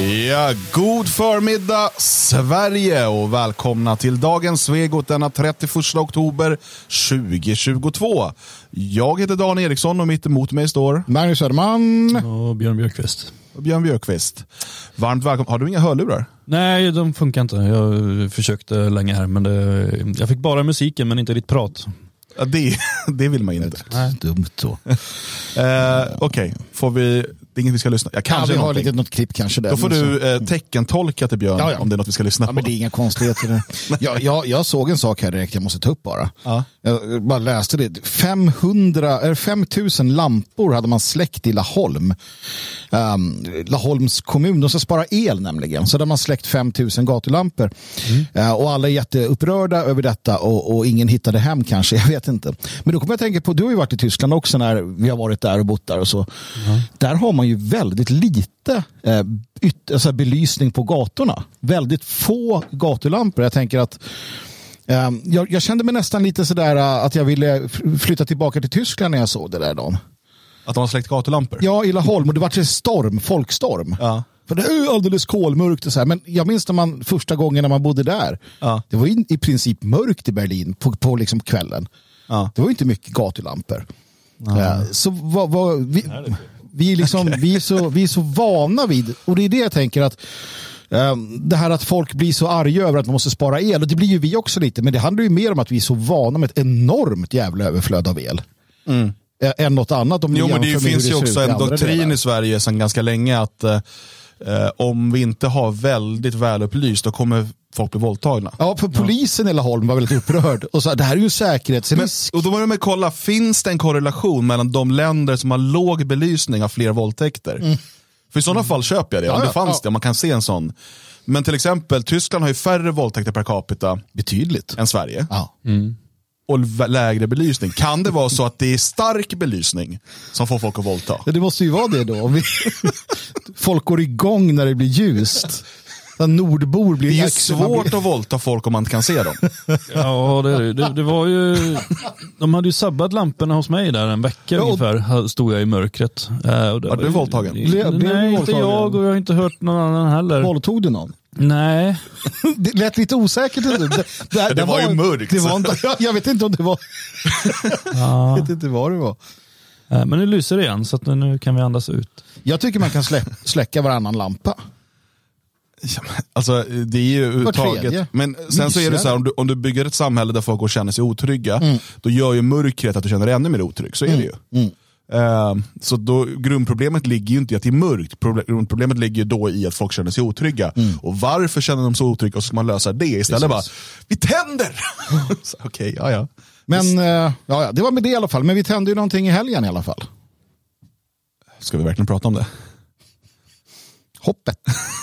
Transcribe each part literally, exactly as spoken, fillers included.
Ja, god förmiddag Sverige och välkomna till dagens Svegot denna trettioförsta oktober tjugohundratjugotvå. Jag heter Dan Eriksson och mitt emot mig står Magnus Söderman och Björn Björkqvist. Och Björn Björkqvist. Varmt välkommen. Har du inga hörlurar? Nej, de funkar inte. Jag försökte länge här, men det, jag fick bara musiken men inte ditt prat. Ja, det, det vill man inte. Nej. Dumt så. eh, Okej, okay. Får vi... Det är inget vi ska lyssna. Jag kanske ja, vi har någonting. lite något klipp kanske där. Då får du eh, teckentolka till Björn ja, ja. om det är något vi ska lyssna ja, på. Men det är inga konstigheter. jag, jag, jag såg en sak här direkt jag måste ta upp bara. Ja. Jag bara läste det. femhundra, eller fem tusen lampor hade man släckt i Laholm. Um, Laholms kommun, de ska spara el nämligen. Så där man släckt fem tusen gatulampor. Mm. Uh, och alla är jätteupprörda över detta och, och ingen hittade hem kanske, jag vet inte. Men då kommer jag tänka på, du har ju varit i Tyskland också när vi har varit där och bott där och så. Mm. Där har man ju väldigt lite eh, yt- alltså belysning på gatorna. Väldigt få gatulampor. Jag tänker att eh, jag, jag kände mig nästan lite sådär att jag ville flytta tillbaka till Tyskland när jag såg det där dagen. Att de har släckt gatulampor? Ja, i Laholm och det var en storm, folkstorm. Ja. För det är alldeles kolmörkt och så här. Men jag minns när man första gången när man bodde där. Ja. Det var i, i princip mörkt i Berlin på, på liksom kvällen. Ja. Det var inte mycket gatulampor. Ja. Så vad, vad, vi, vi, liksom, okay. vi, är så, vi är så vana vid, och det är det jag tänker att um, det här att folk blir så arga över att man måste spara el, och det blir ju vi också lite, men det handlar ju mer om att vi är så vana med ett enormt jävla överflöd av el. Mm. Än något annat. Om jo, men det finns ju också en doktrin delar. i Sverige sedan ganska länge att eh, om vi inte har väldigt välupplyst då kommer folk bli våldtagna. Ja, för polisen ja. i Laholm var väldigt upprörd och sa det här är ju en säkerhetsrisk. Men, och då var det med att kolla, finns det en korrelation mellan de länder som har låg belysning av fler våldtäkter? Mm. För i sådana mm. fall köper jag det, om ja, det fanns ja. det, man kan se en sån. Men till exempel, Tyskland har ju färre våldtäkter per capita betydligt än Sverige. Ja. Mm. Och lägre belysning. Kan det vara så att det är stark belysning som får folk att våldta? Ja, det måste ju vara det då. Vi... folk går igång när det blir ljust. Nordbor blir det är ju svårt blir... att våldta folk om man inte kan se dem. Ja, det, det, det var ju... De hade ju sabbat lamporna hos mig där en vecka ja, och... ungefär. Stod jag i mörkret. Var du ju... våldtagen? Nej, Ble, nej inte våldtagen? Jag och jag har inte hört någon annan heller. Våldtog du någon? Nej. Det lät lite osäkert. Det, det, det, det var, var ju mörkt. Det var, jag vet inte om det var... Ja. Jag vet inte vad det var. Men nu lyser det igen så att nu kan vi andas ut. Jag tycker man kan slä, släcka varannan lampa. Ja, alltså det är ju uttaget. Men sen Mysigare. så är det så här, om du, om du bygger ett samhälle där folk går och känner sig otrygga, mm. då gör ju mörkret att du känner dig ännu mer otrygg. Så är mm. det ju. Mm. Uh, så då, grundproblemet ligger ju inte i att det är mörkt. Grundproblemet ligger ju då i att folk känner sig otrygga. Mm. Och varför känner de så otrygga? Och så ska man lösa det istället. Precis. Bara, vi tänder! Okej, okay, ja ja. Men uh, ja, ja, det var med det i alla fall. Men vi tände ju någonting i helgen i alla fall. Ska vi verkligen prata om det? Hoppet.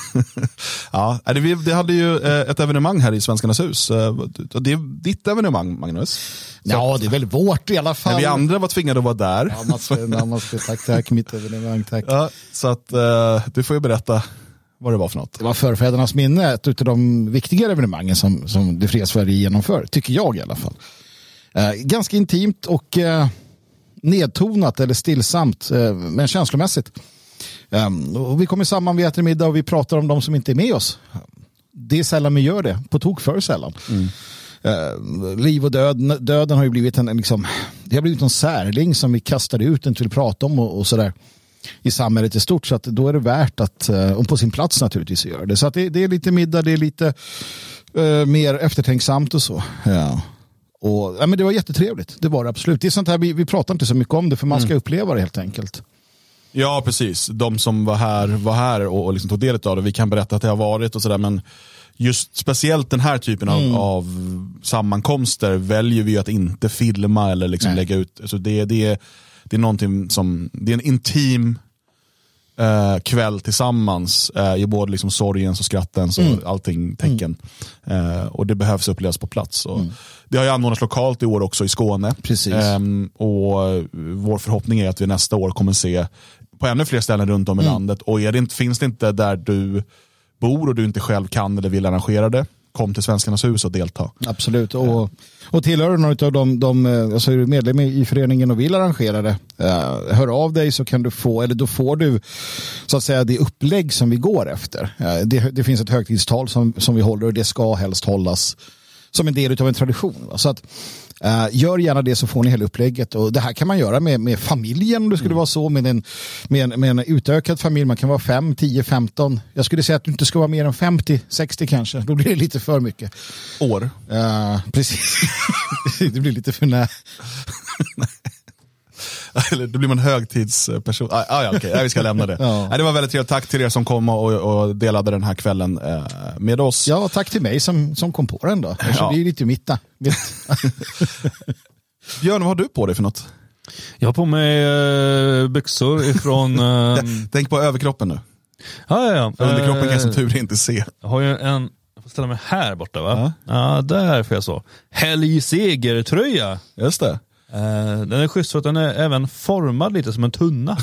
Ja, det, det hade ju ett evenemang här i Svenskarnas hus. Det är ditt evenemang, Magnus. Så ja, det är väl vårt i alla fall. Vi andra var tvingade att vara där. Ja, måste, måste, tack, tack, mitt evenemang, tack. Ja, så att uh, du får ju berätta vad det var för något. Det var förfädernas minne, ett av de viktigare evenemangen som, som det fria Sverige genomför, tycker jag i alla fall. Uh, ganska intimt och uh, nedtonat eller stillsamt, uh, men känslomässigt. Um, och vi kommer samman, vi äter middag och vi pratar om de som inte är med oss. Det är sällan vi gör det, på tok för sällan. Mm. Uh, liv och död, döden har ju blivit en liksom, det har blivit en särling som vi kastade ut, inte vill prata om och, och sådär i samhället i stort, så att då är det värt att, uh, och på sin plats naturligtvis göra det. Så att det, det är lite middag, det är lite uh, mer eftertänksamt och så. Ja. Och, ja, men det var jättetrevligt, det var det absolut. Det är sånt här, vi, vi pratar inte så mycket om det för man ska mm. uppleva det helt enkelt. Ja, precis. De som var här var här och, och liksom tog del av det. Vi kan berätta att det har varit och sådär, men just speciellt den här typen av, mm. av sammankomster väljer vi att inte filma eller liksom lägga ut. Så det, det, det är någonting som, det är en intim eh, kväll tillsammans eh, i både liksom sorgens och skrattens och mm. allting tecken. Mm. Eh, och det behövs upplevas på plats. Och mm. det har ju anordnats lokalt i år också i Skåne. Precis. Eh, och vår förhoppning är att vi nästa år kommer se på ännu fler ställen runt om i mm. landet. Och är det inte, finns det inte där du bor och du inte själv kan eller vill arrangera det, kom till Svenskarnas hus och delta. Absolut. Och, och tillhör några av de, de alltså är du medlem i föreningen och vill arrangera det, uh, hör av dig så kan du få, eller då får du så att säga det upplägg som vi går efter. Uh, det, det finns ett högtidstal som, som vi håller och det ska helst hållas som en del av en tradition. Va? Så att Uh, gör gärna det så får ni hela upplägget och det här kan man göra med, med familjen om det skulle mm. vara så med en, med, en, med en utökad familj, man kan vara fem, tio, femton jag skulle säga att du inte ska vara mer än femtio, sextio kanske, då blir det lite för mycket år. Uh, precis. Det blir lite för när. Eller då blir man högtidsperson. Ah, ah, ja, okay. Vi ska lämna det. Ja. Nej, det var väldigt trevligt. Tack till er som kom och, och delade den här kvällen eh, med oss. Ja, tack till mig som, som kom på den då. Ja. Det är lite mitta. Björn, vad har du på dig för något? Jag har på mig eh, byxor ifrån... Eh... Tänk på överkroppen nu. Ja, ja, ja. För underkroppen kan jag som tur inte se. Jag har ju en... Jag får ställa mig här borta, va? Ja, ja där får jag så. Helgsegertröja. Just det. Uh, den är schysst för att den är även formad lite som en tunna.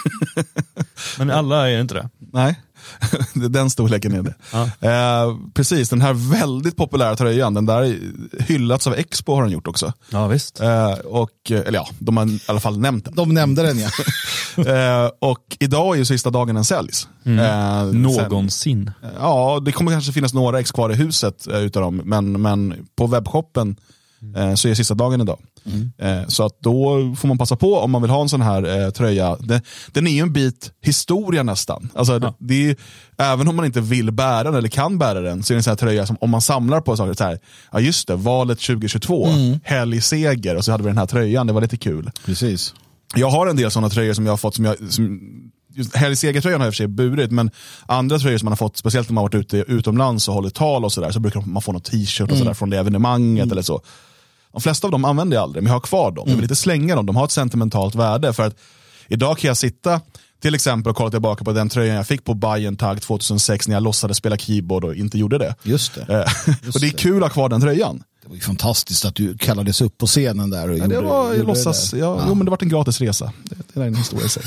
Men alla är inte det. Nej, den storleken är det. Ja. Uh, precis, den här väldigt populära tröjan, den där hyllats av Expo har den gjort också. Ja, visst. Uh, och, eller ja, de har i alla fall nämnt den. De nämnde den, ja. uh, och idag är ju sista dagen den säljs. Mm. Uh, Någonsin. Sen, uh, ja, det kommer kanske finnas några ex kvar i huset uh, utav dem, men, men på webbshoppen uh, så är sista dagen idag. Mm. Eh, så att då får man passa på om man vill ha en sån här eh, tröja. Den, den är ju en bit historia nästan. Alltså, ja. det, det är, även om man inte vill bära den eller kan bära den så är det en sån här tröja som om man samlar på saker så här, ja just det, valet tjugohundratjugotvå, mm. helgseger och så hade vi den här tröjan, det var lite kul. Precis. Jag har en del sådana tröjor som jag har fått som jag som, helgsegertröjan har jag i och för sig burit, men andra tröjor som man har fått, speciellt när man har varit ute utomlands och hållit tal och sådär, så brukar man få någon t-shirt och sådär mm. från det evenemanget mm. eller så. De flesta av dem använder jag aldrig, men jag har kvar dem. Jag vill inte slänga dem, de har ett sentimentalt värde. För att idag kan jag sitta till exempel och kolla tillbaka på den tröjan jag fick på Bayern Tag tjugohundrasex när jag låtsades spela keyboard och inte gjorde det. Just det. Just och det är kul att ha kvar den tröjan. Det var ju fantastiskt att du kallades upp på scenen där. Och ja, det var, jag låtsas, det ja, ja. Jo, men det var en gratis resa. Det, det är en historia i sig.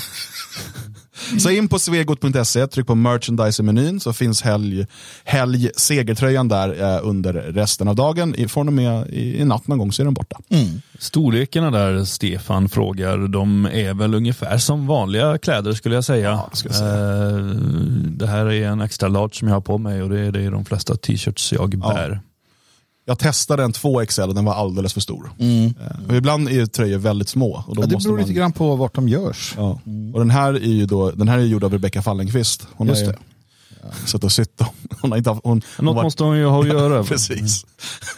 Så in på svegot punkt se, tryck på merchandise-menyn så finns helg, helg segertröjan där eh, under resten av dagen. I, från och med i, i natt någon gång så är den borta. Mm. Storlekarna där Stefan frågar, de är väl ungefär som vanliga kläder skulle jag säga. Ja, det, ska jag säga. Eh, det här är en extra large som jag har på mig och det är det i de flesta t-shirts jag bär. Ja. Jag testade en två X L och den var alldeles för stor. Mm. Och ibland är tröjor väldigt små. Och då ja, det måste beror man... lite grann på vart de görs. Ja. Mm. Och den här är ju då, den här är gjord av Rebecca Fallenkvist. Hon Just har det. Ja. Suttit och sytt dem. Hon har inte haft, hon, Något hon var... måste hon ju ha att göra. Precis.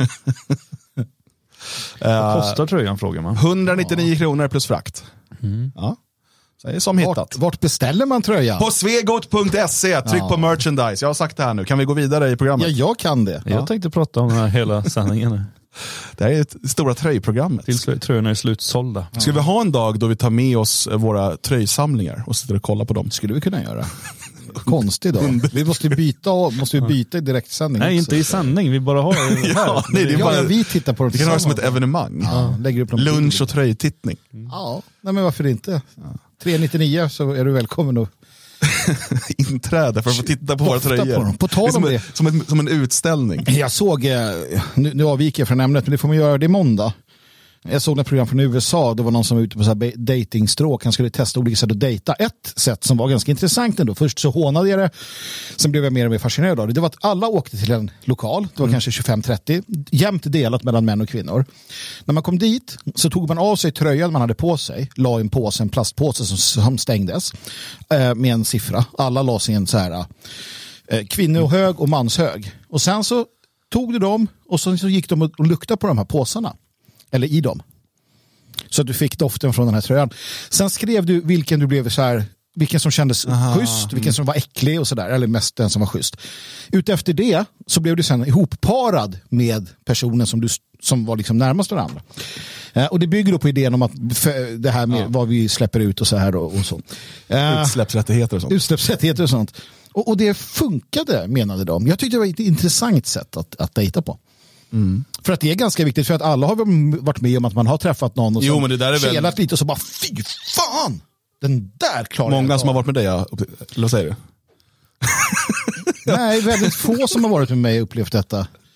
Vad kostar tröjan, frågar man? etthundranittionio ja. kronor plus frakt. Mm. Ja. Så det är som hittat. Vart, vart beställer man tröjan? På svegot punkt se, tryck ja. på merchandise. Jag har sagt det här nu. Kan vi gå vidare i programmet? Ja, jag kan det. Jag ja. tänkte prata om den här hela sändningen. Det här är ett stora tröjprogrammet. Tills tröjorna är slutsålda. Ja. Ska vi ha en dag då vi tar med oss våra tröjsamlingar och sitter och kollar på dem? Skulle vi kunna göra. Konstigt då. Vi måste byta, måste vi byta i direktsändning. Nej, också. Inte i sändning. Vi bara har det här. ja, nej, det är bara, ja, vi tittar på det. Vi kan ha det som ett evenemang. Ja, lägger upp lunch och tröjtittning. Mm. Ja, nej, men varför inte? Ja. tre nittionio så är du välkommen att inträde för att få titta på våra tröjor. På, på tal om som, det. En, som, en, som en utställning. Jag såg, nu, nu avviker jag från ämnet, men det får man göra det i måndag. Jag såg ett program från U S A, det var någon som var ute på så här datingstråk. Han skulle testa olika sätt att dejta. Ett sätt som var ganska intressant ändå. Först så hånade jag det, sen blev jag mer och mer fascinerad av det. Det var att alla åkte till en lokal, det var mm. kanske tjugofem trettio, jämnt delat mellan män och kvinnor. När man kom dit så tog man av sig tröjan man hade på sig, la i en påse, en plastpåse som, som stängdes eh, med en siffra. Alla la sig en så här eh, kvinnohög och manshög. Och sen så tog du dem och så, så gick de och luktade på de här påsarna. Eller i dem. Så att du fick doften från den här tröjan. Sen skrev du vilken du blev så här, vilken som kändes Aha, schysst, vilken mm. som var äcklig och sådär. Eller mest den som var schysst. Utefter det så blev du sen ihopparad med personen som, du, som var liksom närmast varandra. Eh, och det bygger då på idén om att det här med ja. vad vi släpper ut och så här och, och så. Eh, utsläppsrättigheter och sånt. Utsläppsrättigheter och sånt. Och, och det funkade, menade de. Jag tyckte det var ett intressant sätt att, att dejta på. Mm. För att det är ganska viktigt, för att alla har varit med om att man har träffat någon och jo, men det där är väl... kelat lite och så bara fy fan, den där klarar många jag som har varit med dig, ja. Vad säger du? Nej, väldigt få som har varit med mig och upplevt detta.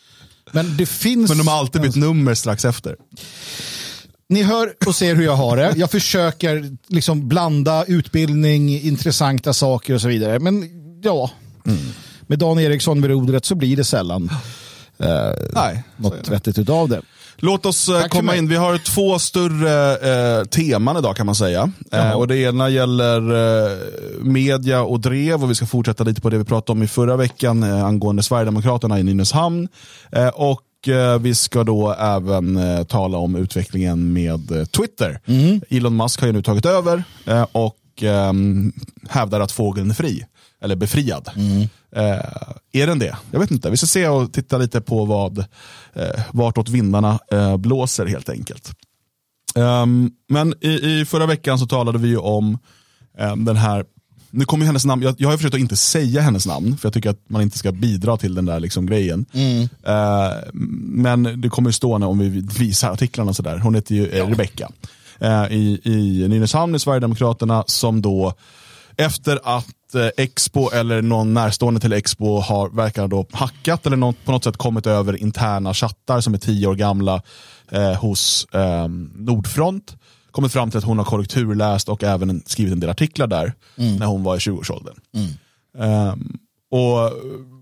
Men det finns... Men de har alltid bytt nummer strax efter. Ni hör och ser hur jag har det. Jag försöker liksom blanda utbildning, intressanta saker och så vidare. Men ja, mm. med Dan Eriksson vid rodret så blir det sällan eh, Nej, något vettigt utav det. Låt oss uh, komma in. Vi har två större uh, teman idag kan man säga. Uh, och det ena gäller uh, media och drev, och vi ska fortsätta lite på det vi pratade om i förra veckan uh, angående Sverigedemokraterna i Nynäshamn. Uh, och uh, vi ska då även uh, tala om utvecklingen med uh, Twitter. Mm. Elon Musk har ju nu tagit över uh, och um, hävdar att fågeln är fri. Eller befriad. Mm. Eh, är den det? Jag vet inte. Vi ska se och titta lite på vad eh, vartåt vindarna eh, blåser helt enkelt. Um, men i, i förra veckan så talade vi ju om eh, den här, nu kommer ju hennes namn, jag, jag har ju försökt att inte säga hennes namn för jag tycker att man inte ska bidra till den där liksom grejen. Mm. Eh, men det kommer ju stå när om vi visar artiklarna och sådär. Hon heter ju eh, Rebecca eh, i, i Nynäshamn i Sverigedemokraterna, som då efter att Expo eller någon närstående till Expo har verkar då hackat eller något, på något sätt kommit över interna chattar som är tio år gamla eh, hos eh, Nordfront, kommit fram till att hon har korrekturläst och även skrivit en del artiklar där mm. när hon var i tjugoårsåldern. Mm. Um, och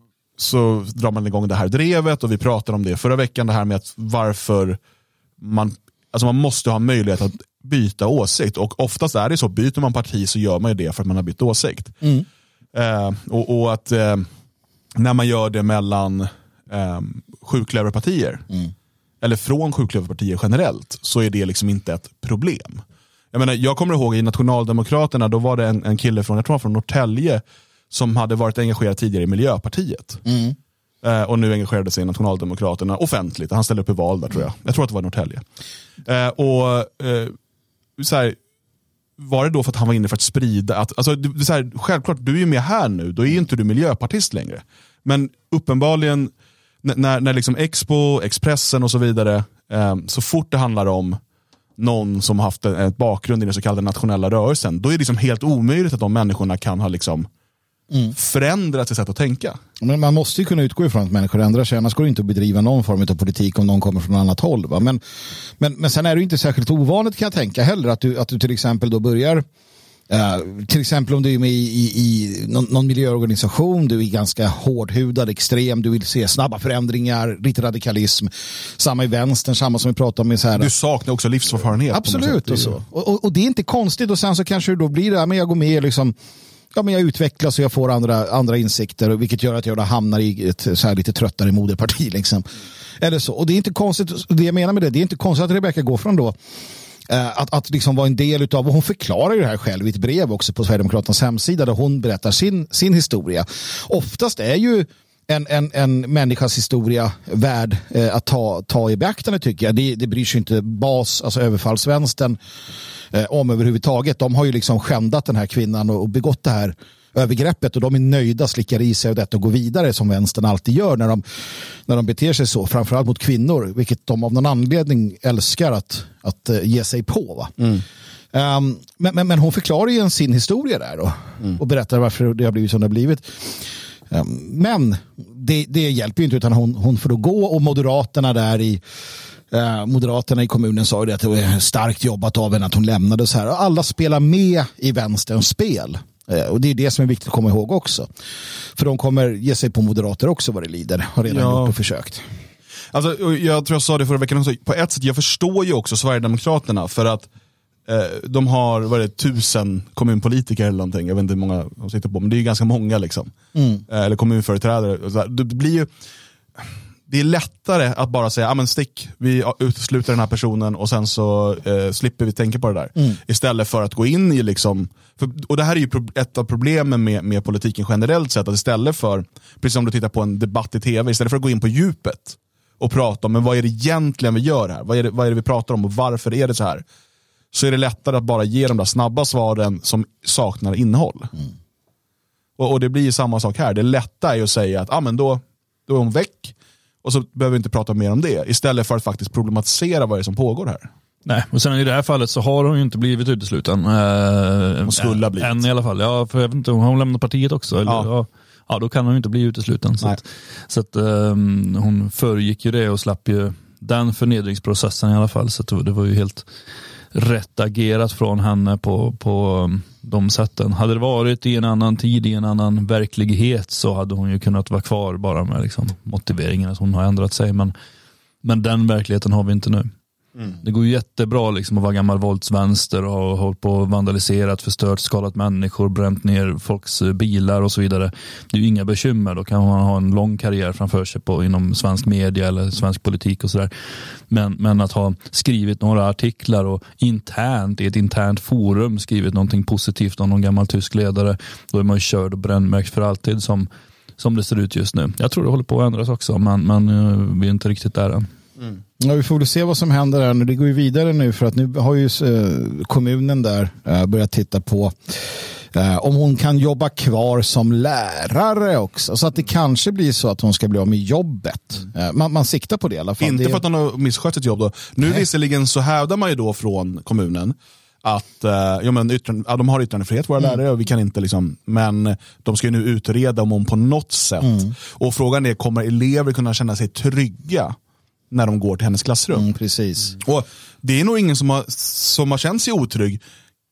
så drar man igång det här drevet, och vi pratade om det förra veckan, det här med att varför man, alltså man måste ha möjlighet att byta åsikt, och oftast är det så, byter man parti så gör man ju det för att man har bytt åsikt. Mm. Eh, och, och att eh, när man gör det mellan eh, sjuklöverpartier mm. eller från sjuklöverpartier generellt, så är det liksom inte ett problem. Jag menar, jag kommer ihåg i Nationaldemokraterna, då var det en, en kille från, jag tror från Norrtälje, som hade varit engagerad tidigare i Miljöpartiet. Mm. Eh, och nu engagerade sig i Nationaldemokraterna offentligt. Han ställde upp i val där, tror jag. Jag tror att det var Norrtälje. Eh, och eh, så här, var det då för att han var inne för att sprida att, alltså, det, så här, självklart, du är ju med här nu, då är ju inte du miljöpartist längre. Men uppenbarligen n- när, när liksom Expo, Expressen och så vidare, eh, så fort det handlar om någon som har haft en, en bakgrund i den så kallade nationella rörelsen, då är det liksom helt omöjligt att de människorna kan ha liksom Mm. förändra sitt sätt att tänka. Men man måste ju kunna utgå ifrån att människor ändrar sig, annars går det inte att bedriva någon form av politik om någon kommer från ett annat håll. Va? Men, men, men sen är det ju inte särskilt ovanligt, kan jag tänka heller, att du, att du till exempel då börjar uh, till exempel om du är med i, i, i någon, någon miljöorganisation, du är ganska hårdhudad, extrem, du vill se snabba förändringar, lite radikalism, samma i vänstern, samma som vi pratade om i så här. Du saknar också livserfarenhet. Absolut, och så. Och, och, och det är inte konstigt, och sen så kanske det då blir det, men jag går med liksom. Ja, men jag utvecklas och jag får andra, andra insikter, vilket gör att jag då hamnar i ett så här lite tröttare moderparti. Liksom. Eller så. Och det är inte konstigt, det jag menar med det, det är inte konstigt att Rebecca går från då eh, att, att liksom vara en del utav, och hon förklarar ju det här själv i ett brev också på Sverigedemokraternas hemsida där hon berättar sin, sin historia. Oftast är ju en, en, en människas historia värd eh, att ta, ta i beaktande, tycker jag. Det, det bryr sig inte bas, alltså överfallsvänstern eh, om överhuvudtaget. De har ju liksom skändat den här kvinnan och, och begått det här övergreppet, och de är nöjda, slickar i sig och detta och går vidare som vänstern alltid gör när de, när de beter sig så, framförallt mot kvinnor, vilket de av någon anledning älskar att, att uh, ge sig på. Va? Mm. Um, men, men, men hon förklarar ju sin historia där då, mm. och berättar varför det har blivit som det har blivit. Um, men det, det hjälper ju inte, utan hon, hon får då gå, och Moderaterna där i Uh, Moderaterna i kommunen sa ju att det var starkt jobbat av henne att hon lämnade så här. Och alla spelar med i vänsterns spel. Uh, och det är det som är viktigt att komma ihåg också. För de kommer ge sig på moderater också vad det lider. Har redan ja. gjort och försökt. Alltså, jag tror jag sa det förra veckan också. På ett sätt, jag förstår ju också Sverigedemokraterna, för att eh, de har, vad är det, tusen kommunpolitiker eller någonting. Jag vet inte hur många de sitter på, men det är ju ganska många liksom. Mm. Eh, eller kommunföreträdare. Så här. Det blir ju... Det är lättare att bara säga, ja men stick, vi utesluter den här personen och sen så eh, slipper vi tänka på det där. Mm. Istället för att gå in i liksom, för, och det här är ju pro- ett av problemen med, med politiken generellt sett, att istället för, precis som du tittar på en debatt i tv, istället för att gå in på djupet och prata om, men vad är det egentligen vi gör här? Vad är det, vad är det vi pratar om och varför är det så här? Så är det lättare att bara ge de där snabba svaren som saknar innehåll. Mm. Och, och det blir ju samma sak här. Det lätta är att säga att, ja men då, då är hon väck. Och så behöver vi inte prata mer om det, istället för att faktiskt problematisera vad det är som pågår här. Nej, och sen i det här fallet så har hon ju inte blivit utesluten. Hon skulle ha blivit. Än i alla fall. Ja, för jag vet inte, hon har lämnat partiet också. Eller, ja. Ja, ja, då kan hon inte bli utesluten. Så att, så att um, hon föregick ju det och slapp ju den förnedringsprocessen i alla fall. Så att det var ju helt rätt agerat från henne på, på de sätten. Hade det varit i en annan tid, i en annan verklighet, så hade hon ju kunnat vara kvar bara med liksom motiveringen att hon har ändrat sig. Men, men den verkligheten har vi inte nu. Mm. Det går ju jättebra liksom att vara gammal våldsvänster och ha hållit på vandaliserat, förstört, skadat människor, bränt ner folks bilar och så vidare. Det är ju inga bekymmer. Då kan man ha en lång karriär framför sig på, inom svensk media eller svensk politik och sådär. Men, men att ha skrivit några artiklar och internt i ett internt forum skrivit någonting positivt om någon gammal tysk ledare, då är man ju körd och brännmärkt för alltid som, som det ser ut just nu. Jag tror det håller på att ändras också, men, men vi är inte riktigt där än. Mm. Ja, vi får väl se vad som händer här nu. Det går ju vidare nu, för att nu har ju eh, kommunen där eh, börjat titta på eh, om hon kan jobba kvar som lärare också. Så att det kanske blir så att hon ska bli av med jobbet. Eh, man, man siktar på det i alla fall. Inte det... för att hon har misskött sitt jobb då. Nu Nej. Visserligen så hävdar man ju då från kommunen att eh, ja, men yttrande, ja, de har yttrandefrihet, våra mm. lärare, och vi kan inte liksom, men de ska ju nu utreda om hon på något sätt. Mm. Och frågan är, kommer elever kunna känna sig trygga när de går till hennes klassrum? Mm, precis. Och det är nog ingen som har, som har känt sig otrygg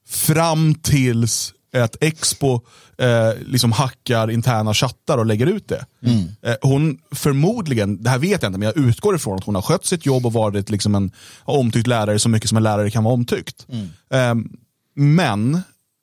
fram tills ett Expo eh, liksom hackar interna chattar och lägger ut det. Mm. Eh, hon förmodligen, det här vet jag inte, men jag utgår ifrån att hon har skött sitt jobb och varit liksom en omtyckt lärare så mycket som en lärare kan vara omtyckt. Mm. Eh, men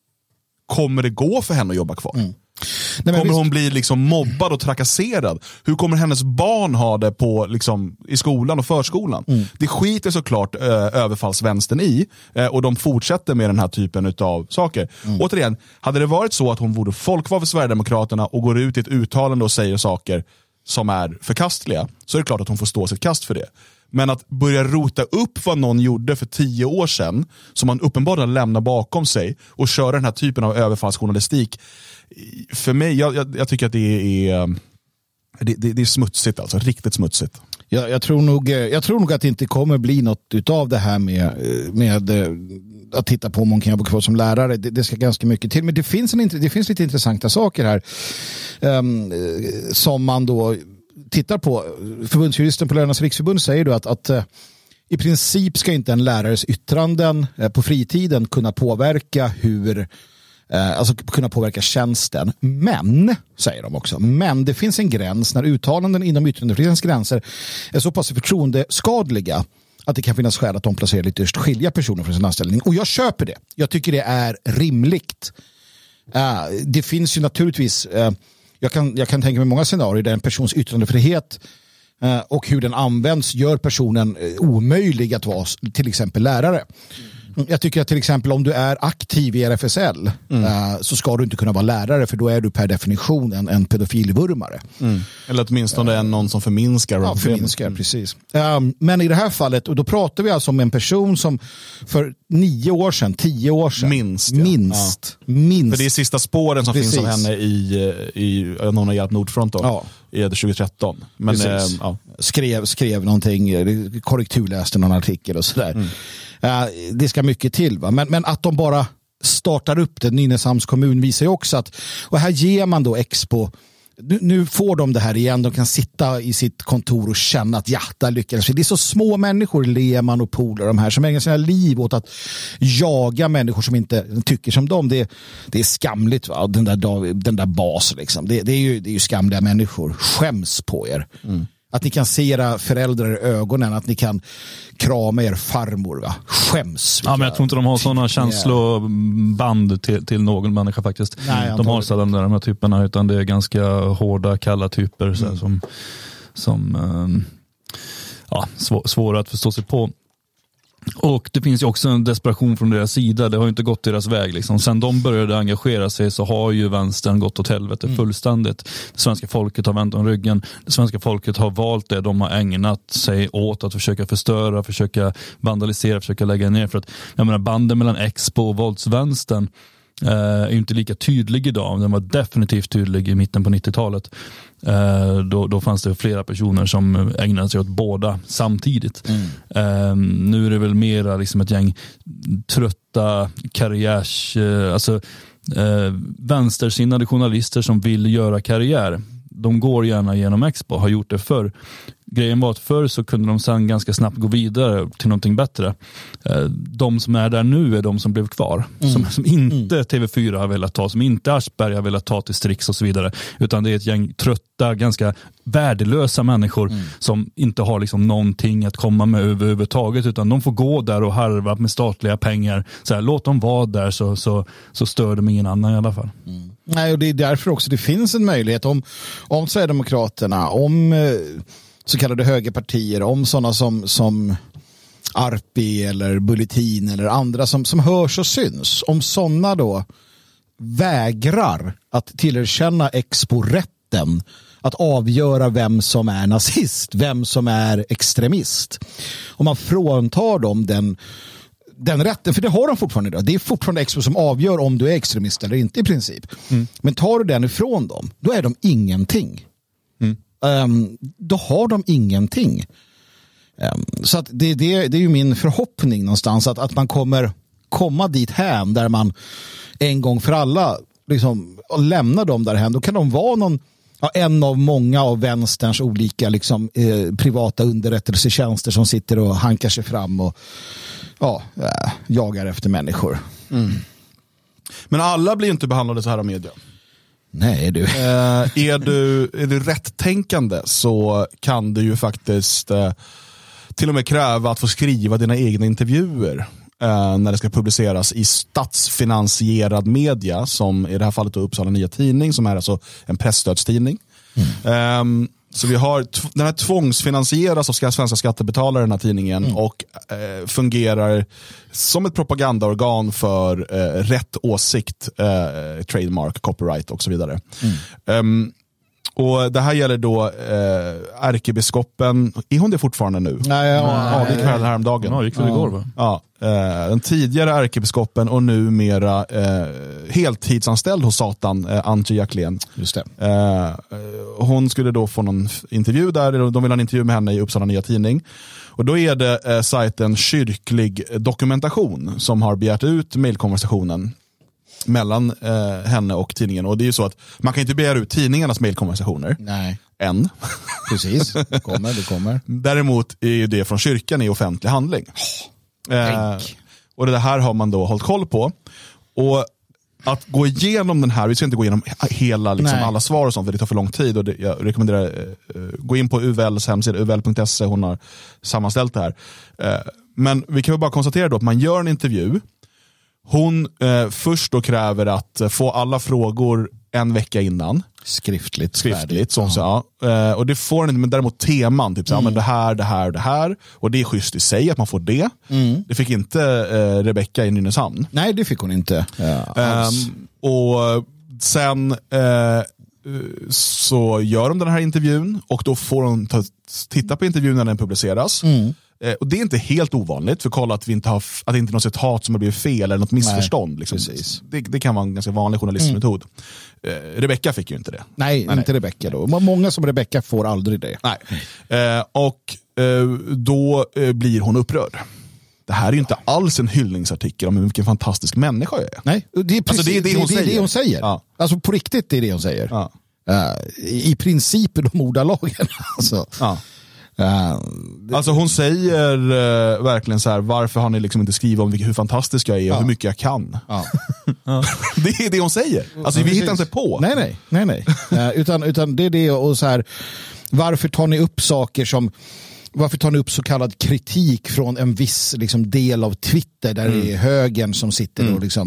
kommer det gå för henne att jobba kvar? Mm. Nej, kommer hon bli liksom mobbad och trakasserad? Hur kommer hennes barn ha det på, liksom, i skolan och förskolan? Mm. Det skiter såklart ö, överfallsvänstern i, ö, och de fortsätter med den här typen av saker. Mm. Återigen, hade det varit så att hon vore folkvald för Sverigedemokraterna och går ut i ett uttalande och säger saker som är förkastliga, så är det klart att hon får stå sitt kast för det. Men att börja rota upp vad någon gjorde för tio år sedan, som man uppenbarligen lämnar bakom sig, och köra den här typen av överfallsjournalistik, för mig, jag, jag, jag tycker att det är, det, det, det är smutsigt, alltså riktigt smutsigt. Jag, jag, tror nog, jag tror nog att det inte kommer bli något utav det här med, med att titta på om man kan jobba kvar som lärare. Det, det ska ganska mycket till. Men det finns, en, det finns lite intressanta saker här um, som man då tittar på. Förbundsjuristen på Lärarnas riksförbund säger då att, att uh, i princip ska inte en lärares yttranden uh, på fritiden kunna påverka hur Alltså kunna påverka tjänsten. Men, säger de också, men det finns en gräns när uttalanden inom yttrandefrihetens gränser är så pass förtroendeskadliga att det kan finnas skäl att omplacera lite ytterst skilja personer från sin anställning. Och jag köper det. Jag tycker det är rimligt. Uh, det finns ju naturligtvis, uh, jag, kan, jag kan tänka mig många scenarier där en persons yttrandefrihet uh, och hur den används gör personen uh, omöjlig att vara till exempel lärare. Jag tycker att till exempel om du är aktiv i R F S L mm. uh, så ska du inte kunna vara lärare, för då är du per definition en, en pedofilvurmare. Mm. Eller åtminstone uh, en någon som förminskar. Ja, förminskar, mm. precis. Um, men i det här fallet, och då pratar vi alltså om en person som för nio år sedan, tio år sedan. Minst. Ja. Minst. Ja. Minst. För det är sista spåren som precis. Finns av henne i, i någon har hjälpt Nordfront då. Ja. I tjugo tretton. Men, eh, ja. skrev, skrev någonting, korrekturläste någon artikel och sådär. Mm. Uh, det ska mycket till, va? Men, men att de bara startar upp det, Nynäshamns kommun visar ju också att, och här ger man då Expo, nu, nu får de det här igen, de kan sitta i sitt kontor och känna att ja, där lyckades vi. Det är så små människor, Lehmann och Poler, de här som ägnar sina liv åt att jaga människor som inte tycker som dem. Det, det är skamligt, va? Den där, den där bas liksom. Det, det, är ju, det är ju skamliga människor. Skäms på er. Mm. Att ni kan se era föräldrar i ögonen, att ni kan krama er farmor, va? Skäms. Ja, men jag tror inte de har sådana känsloband till, till någon människa faktiskt. Nej, de har sällan de här typerna, utan det är ganska hårda, kalla typer mm. så här, som, som um, ja, svår, svåra att förstå sig på. Och det finns ju också en desperation från deras sida. Det har ju inte gått deras väg liksom. Sen de började engagera sig så har ju vänstern gått åt helvete mm. fullständigt. Det svenska folket har vänt om ryggen. Det svenska folket har valt det. De har ägnat sig åt att försöka förstöra, försöka vandalisera, försöka lägga ner. För att, jag menar, banden mellan Expo och våldsvänstern Uh, är ju inte lika tydlig idag. Den var definitivt tydlig i mitten på nittiotalet. Uh, då, då fanns det flera personer som ägnade sig åt båda samtidigt. Mm. Uh, nu är det väl mera liksom ett gäng trötta karriärs... Uh, alltså eh, vänstersinnade journalister som vill göra karriär, de går gärna genom Expo, har gjort det förr. Grejen var att förr så kunde de sedan ganska snabbt gå vidare till någonting bättre. De som är där nu är de som blev kvar. Mm. Som, som inte mm. T V fyra har velat ta, som inte Aschberg har velat ta till Strix och så vidare. Utan det är ett gäng trötta, ganska värdelösa människor mm. som inte har liksom någonting att komma med överhuvudtaget. Utan de får gå där och harva med statliga pengar. Så här, låt dem vara där så, så, så stör de ingen annan i alla fall. Mm. Nej, och det är därför också det finns en möjlighet om, om Sverigedemokraterna, om eh, så kallade högerpartier, om sådana som, som Arpi eller Bulletin eller andra som, som hörs och syns. Om sådana då vägrar att tillerkänna Expo rätten att avgöra vem som är nazist, vem som är extremist. Om man fråntar dem den den rätten, för det har de fortfarande idag. Det är fortfarande Expo som avgör om du är extremist eller inte i princip. Mm. Men tar du den ifrån dem, då är de ingenting. Mm. Um, då har de ingenting. Um, så att det, det, det är ju min förhoppning någonstans att, att man kommer komma dit hem där man en gång för alla liksom lämnar dem där hem. Då kan de vara någon, ja, en av många av vänsterns olika liksom, eh, privata underrättelsetjänster som sitter och hankar sig fram och ja, äh, jagar efter människor. Mm. Men alla blir inte behandlade så här av media. Nej, du. Eh, är du. Är du rättänkande så kan du ju faktiskt eh, till och med kräva att få skriva dina egna intervjuer eh, när det ska publiceras i statsfinansierad media, som i det här fallet då Uppsala Nya Tidning, som är alltså en pressstödstidning. Mm. Eh, Så vi har, den här tvångsfinansieras av svenska skattebetalare, den här tidningen, mm. och eh, fungerar som ett propagandaorgan för eh, rätt åsikt, eh, trademark, copyright och så vidare. Mm. Um, och det här gäller då eh, ärkebiskopen, är hon det fortfarande nu? Nej, ja, ja, det kväll häromdagen. Ja, gick väl igår, va? Ja, eh, den tidigare ärkebiskopen och numera eh, heltidsanställd hos Satan, eh, Antje Jacklén. Just det. Eh, hon skulle då få någon intervju där, de vill ha en intervju med henne i Uppsala Nya Tidning. Och då är det eh, sajten Kyrklig Dokumentation som har begärt ut mejlkonversationen mellan eh, henne och tidningen. Och det är ju så att man kan inte begära ut tidningarnas mejlkonversationer. Nej. Än. Precis, det kommer, det kommer. Däremot är ju det från kyrkan i offentlig handling. Oh, eh, och det här har man då hållit koll på. Och att gå igenom den här, vi ska inte gå igenom hela liksom, alla svar och sånt, för det tar för lång tid. Och det, jag rekommenderar eh, gå in på U V L:s hemsida, u v l punkt se, hon har sammanställt det här. Eh, men vi kan väl bara konstatera då att man gör en intervju. Hon eh, först då kräver att få alla frågor en vecka innan. Skriftligt. Skriftligt, som ja. Så, ja. Eh, och det får den, men däremot teman, typ så, mm. ja, men det här, det här, det här. Och det är schysst i sig att man får det. Mm. Det fick inte eh, Rebecka i Nynäshamn. Nej, det fick hon inte. Ja, eh, och sen eh, så gör de den här intervjun och då får hon ta, titta på intervjun när den publiceras. Mm. Och det är inte helt ovanligt, för kolla att, vi inte har, att det inte är något citat som har blivit fel eller något missförstånd. Liksom. Det, det kan vara en ganska vanlig journalistmetod. Mm. Eh, Rebecka fick ju inte det. Nej, nej inte nej. Rebecka då. Många som Rebecka får aldrig det. Nej. Eh, och eh, då eh, blir hon upprörd. Det här är ju inte alls en hyllningsartikel om vilken fantastisk människa jag är. Nej, det är precis alltså det, är det, hon, det, är det hon säger. Ja. Alltså på riktigt är det hon säger. Ja. Uh, I princip de ordalagen. Alltså. Ja. Uh, det... Alltså hon säger uh, verkligen så här: varför har ni liksom inte skrivit om hur fantastisk jag är och ja. hur mycket jag kan? Ja. Det är det hon säger. Alltså ja, vi hittar inte på. Nej, nej, nej, nej. uh, utan, utan det är det, och så här, varför tar ni upp saker som, varför tar ni upp så kallad kritik från en viss liksom, del av Twitter där mm. det är högern som sitter mm. och liksom,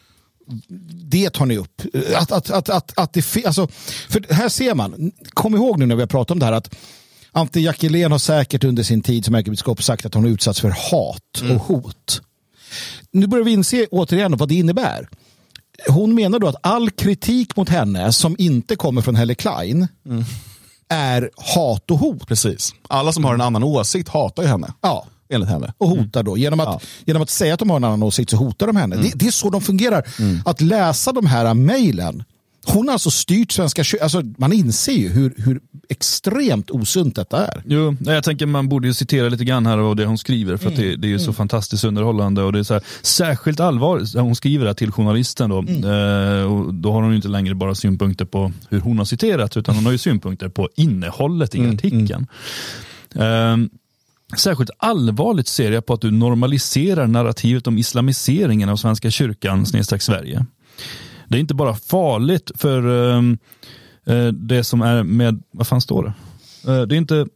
det tar ni upp. Att, att, att, att, att det, alltså, för här ser man, kom ihåg nu när vi har pratat om det här, att Antje Jackelén har säkert under sin tid som ärkebiskop sagt att hon har utsatts för hat mm. och hot. Nu börjar vi inse återigen vad det innebär. Hon menar då att all kritik mot henne som inte kommer från Helle Klein mm. är hat och hot. Precis. Alla som har en annan åsikt hatar ju henne. Ja. Enligt henne. Och hotar då. Genom att, ja. genom att säga att de har en annan åsikt så hotar de henne. Mm. Det, det är så de fungerar. Mm. Att läsa de här mejlen. Hon har alltså styrt svenska kyrkan. Alltså man inser ju hur, hur extremt osunt detta är. Jo, jag tänker man borde ju citera lite grann här av det hon skriver, för att det, det är ju så mm. fantastiskt underhållande, och det är så här, särskilt allvarligt. Hon skriver det till journalisten då, mm. eh, och då har hon ju inte längre bara synpunkter på hur hon har citerat, utan hon har ju synpunkter på innehållet i mm. artikeln. Mm. Eh, Särskilt allvarligt ser jag på att du normaliserar narrativet om islamiseringen av Svenska kyrkan snedstreck Sverige. Det är inte bara farligt för um, uh, det som är med, vad fan står det? Uh, det är inte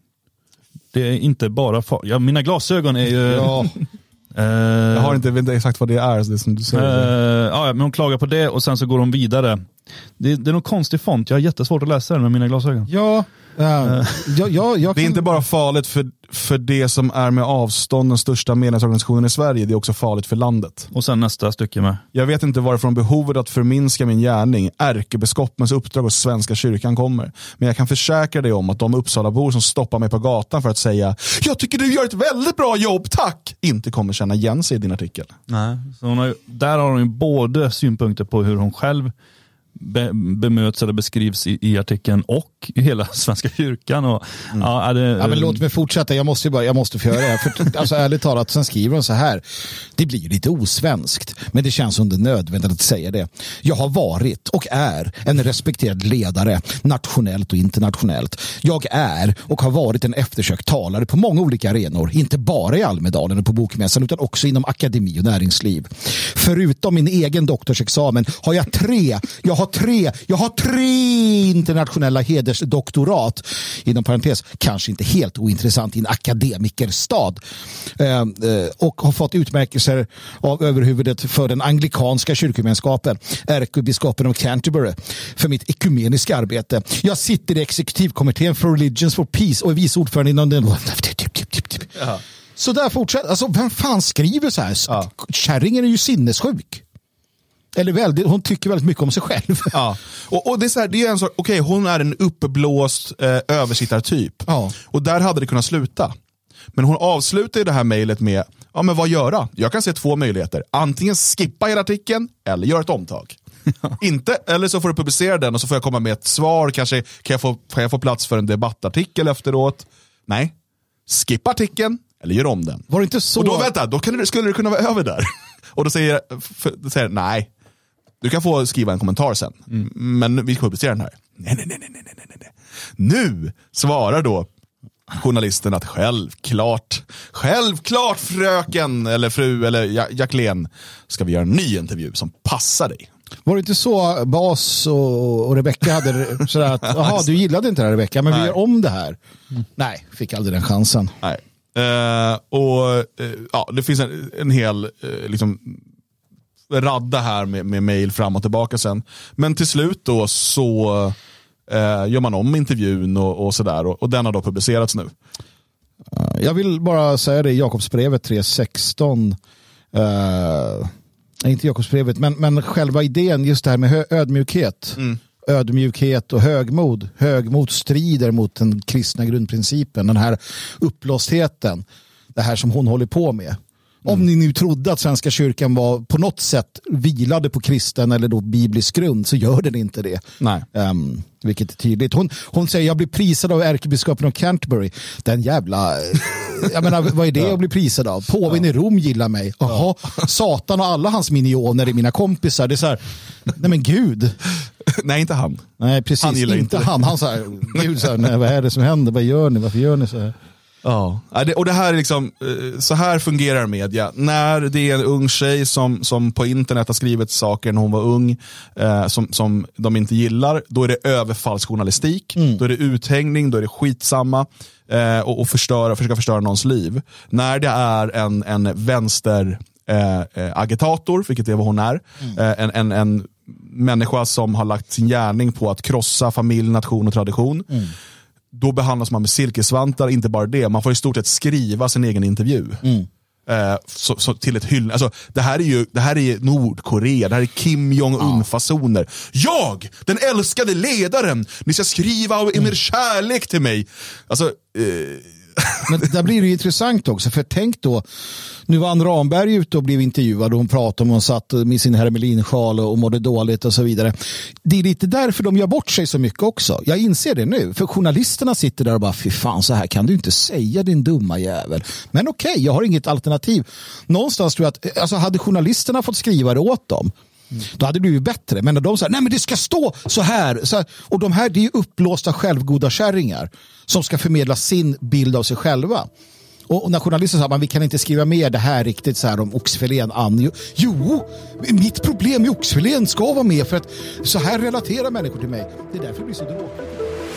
det är inte bara farligt. Ja, mina glasögon är ju... Ja. Uh, jag har inte vet exakt vad det är, det som du säger. Uh, ja, men hon klagar på det och sen så går hon vidare. Det, det är någon konstig font. Jag har jättesvårt att läsa den med mina glasögon. Ja, uh, uh. jag, jag, jag det är kan... inte bara farligt för, för det som är med avstånd den största medlemsorganisationen i Sverige. Det är också farligt för landet. Och sen nästa stycke med. Jag vet inte varifrån behovet att förminska min gärning, ärkebiskopens uppdrag och Svenska kyrkan kommer. Men jag kan försäkra dig om att de Uppsalabor som stoppar mig på gatan för att säga jag tycker du gör ett väldigt bra jobb, tack! Inte kommer känna igen sig i din artikel. Nej, så hon har ju, där har hon ju både synpunkter på hur hon själv Be, bemöts eller beskrivs i, i artikeln och i hela Svenska kyrkan. Och, mm. ja, det, ja, men låt mig fortsätta, jag måste, bara, jag måste få göra det här. För, alltså, ärligt talat, sen skriver hon så här: det blir lite osvenskt, men det känns under nödvändigt att säga det. Jag har varit och är en respekterad ledare, nationellt och internationellt. Jag är och har varit en eftersökt talare på många olika arenor, inte bara i Almedalen och på Bokmässan, utan också inom akademi och näringsliv. Förutom min egen doktorsexamen har jag tre, jag har tre, jag har tre internationella hedersdoktorat, inom parentes, kanske inte helt ointressant i en akademikerstad, eh, och har fått utmärkelser av överhuvudet för den anglikanska kyrkogemenskapen, ärkebiskopen av Canterbury, för mitt ekumeniska arbete. Jag sitter i exekutivkommittén för Religions for Peace och är vice ordförande inom den. Jaha. Så där fortsätter, alltså vem fan skriver så här? Ja. Kärringen är ju sinnessjuk. Eller väldigt, hon tycker väldigt mycket om sig själv. Ja. Och, och det är så här, det är en sak, okej, okay, hon är en uppblåst eh, översittartyp. Ja. Och där hade det kunnat sluta. Men hon avslutar ju det här mejlet med, ja men vad göra? Jag kan se två möjligheter. Antingen skippa hela artikeln eller göra ett omtag. Ja. Inte, eller så får du publicera den och så får jag komma med ett svar. Kanske kan jag få, kan jag få plats för en debattartikel efteråt. Nej, skippa artikeln eller gör om den. Var det inte så? Och då vänta, då kan det, skulle det kunna vara över där. Och då säger jag, säger nej. Du kan få skriva en kommentar sen. Mm. Men vi ska publicera den här. Nej, nej, nej, nej, nej, nej, nej. Nu svarar då journalisten att självklart, självklart fröken eller fru eller Jacqueline ska vi göra en ny intervju som passar dig. Var det inte så Bas och, och Rebecca hade sådär att jaha, du gillade inte det här Rebecca, men nej. Vi gör om det här. Mm. Nej, fick aldrig den chansen. Nej. Uh, och uh, ja, det finns en, en hel uh, liksom radda här med, med mail fram och tillbaka sen. Men till slut då så uh, gör man om intervjun och, och sådär. Och, och den har då publicerats nu. Uh, jag vill bara säga det i Jakobsbrevet tre sexton. Uh, inte Jakobsbrevet, men, men själva idén just det här med hö- ödmjukhet. Mm. Ödmjukhet och högmod. Högmod strider mot den kristna grundprincipen. Den här upplåstheten. Det här som hon håller på med. Mm. Om ni nu trodde att Svenska kyrkan var på något sätt vilade på kristen eller då biblisk grund, så gör den inte det. Nej. Um, vilket är tydligt. Hon, hon säger jag blir prisad av ärkebiskopen av Canterbury. Den jävla... Jag menar, vad är det ja. Att bli prisad av? Påven ja. I Rom gillar mig. Jaha, ja. Satan och alla hans minioner är mina kompisar. Det är så här, nej men gud. Nej, inte han. Nej, precis. Han inte, inte han. Han sa, gud, så här, nej, vad är det som händer? Vad gör ni? Varför gör ni så här? Ja, och det här är liksom, så här fungerar media. När det är en ung tjej som, som på internet har skrivit saker när hon var ung eh, som, som de inte gillar, då är det överfallsjournalistik, mm. då är det uthängning, då är det skitsamma eh, och, och förstöra, försöka förstöra någons liv. När det är en, en vänster eh, agitator, vilket är vad hon är, mm. eh, en, en, en människa som har lagt sin gärning på att krossa familj, nation och tradition, mm. då behandlas man med silkesvantar, inte bara det. Man får i stort sett skriva sin egen intervju. Mm. Eh, så, så till ett hyll. Alltså, det här är ju det här är Nordkorea. Det här är Kim Jong-Un-fasoner. Jag, den älskade ledaren, ni ska skriva av er kärlek till mig. Alltså, eh, Men där blir det ju intressant också, för tänk då, nu var Ann Ramberg ute och blev intervjuad och hon pratade om hon satt med sin hermelinsjal och mådde dåligt och så vidare. Det är lite därför de gör bort sig så mycket också. Jag inser det nu, för journalisterna sitter där och bara, fy fan, så här kan du inte säga, din dumma jävel. Men okej, okay, jag har inget alternativ. Någonstans tror jag att, alltså hade journalisterna fått skriva det åt dem, Mm. då hade det blivit bättre. Men när de säger, nej men det ska stå så här, så här. Och de här, det är ju uppblåsta självgoda kärringar som ska förmedla sin bild av sig själva. Och när journalister sa att vi kan inte skriva mer det här riktigt så här om oxfilén, Ann. Jo, mitt problem med oxfilén ska vara med, för att så här relaterar människor till mig. Det är därför det blir så dråpligt.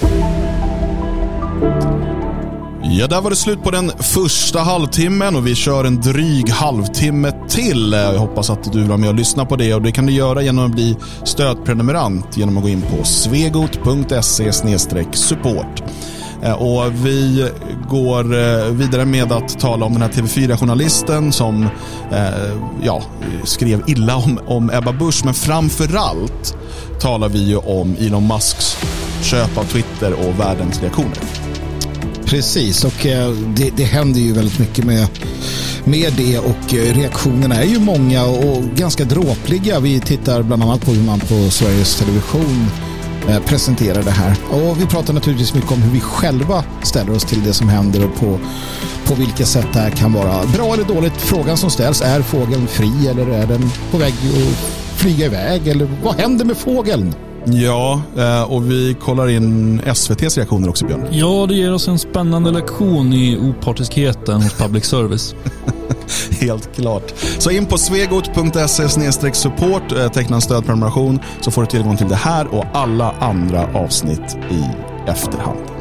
Ja, där var det slut på den första halvtimmen och vi kör en dryg halvtimme till. Jag hoppas att du var med och lyssna på det, och det kan du göra genom att bli stödprenumerant genom att gå in på svegot punkt se slash support. Och vi går vidare med att tala om den här T V fyra-journalisten som eh, ja, skrev illa om, om Ebba Busch, men framförallt talar vi ju om Elon Musks köp av Twitter och världens reaktioner. Precis, och det, det händer ju väldigt mycket med, med det, och reaktionerna är ju många och ganska dråpliga. Vi tittar bland annat på hur man på Sveriges Television eh, presenterar det här. Och vi pratar naturligtvis mycket om hur vi själva ställer oss till det som händer och på, på vilka sätt det här kan vara bra eller dåligt. Frågan som ställs, är fågeln fri eller är den på väg att flyga iväg? Eller vad händer med fågeln? Ja, och vi kollar in S V T:s reaktioner också, Björn. Ja, det ger oss en spännande lektion i opartiskheten hos public service. Helt klart. Så in på svegot punkt se slash support, teckna en stödprenumeration, så får du tillgång till det här och alla andra avsnitt i efterhand.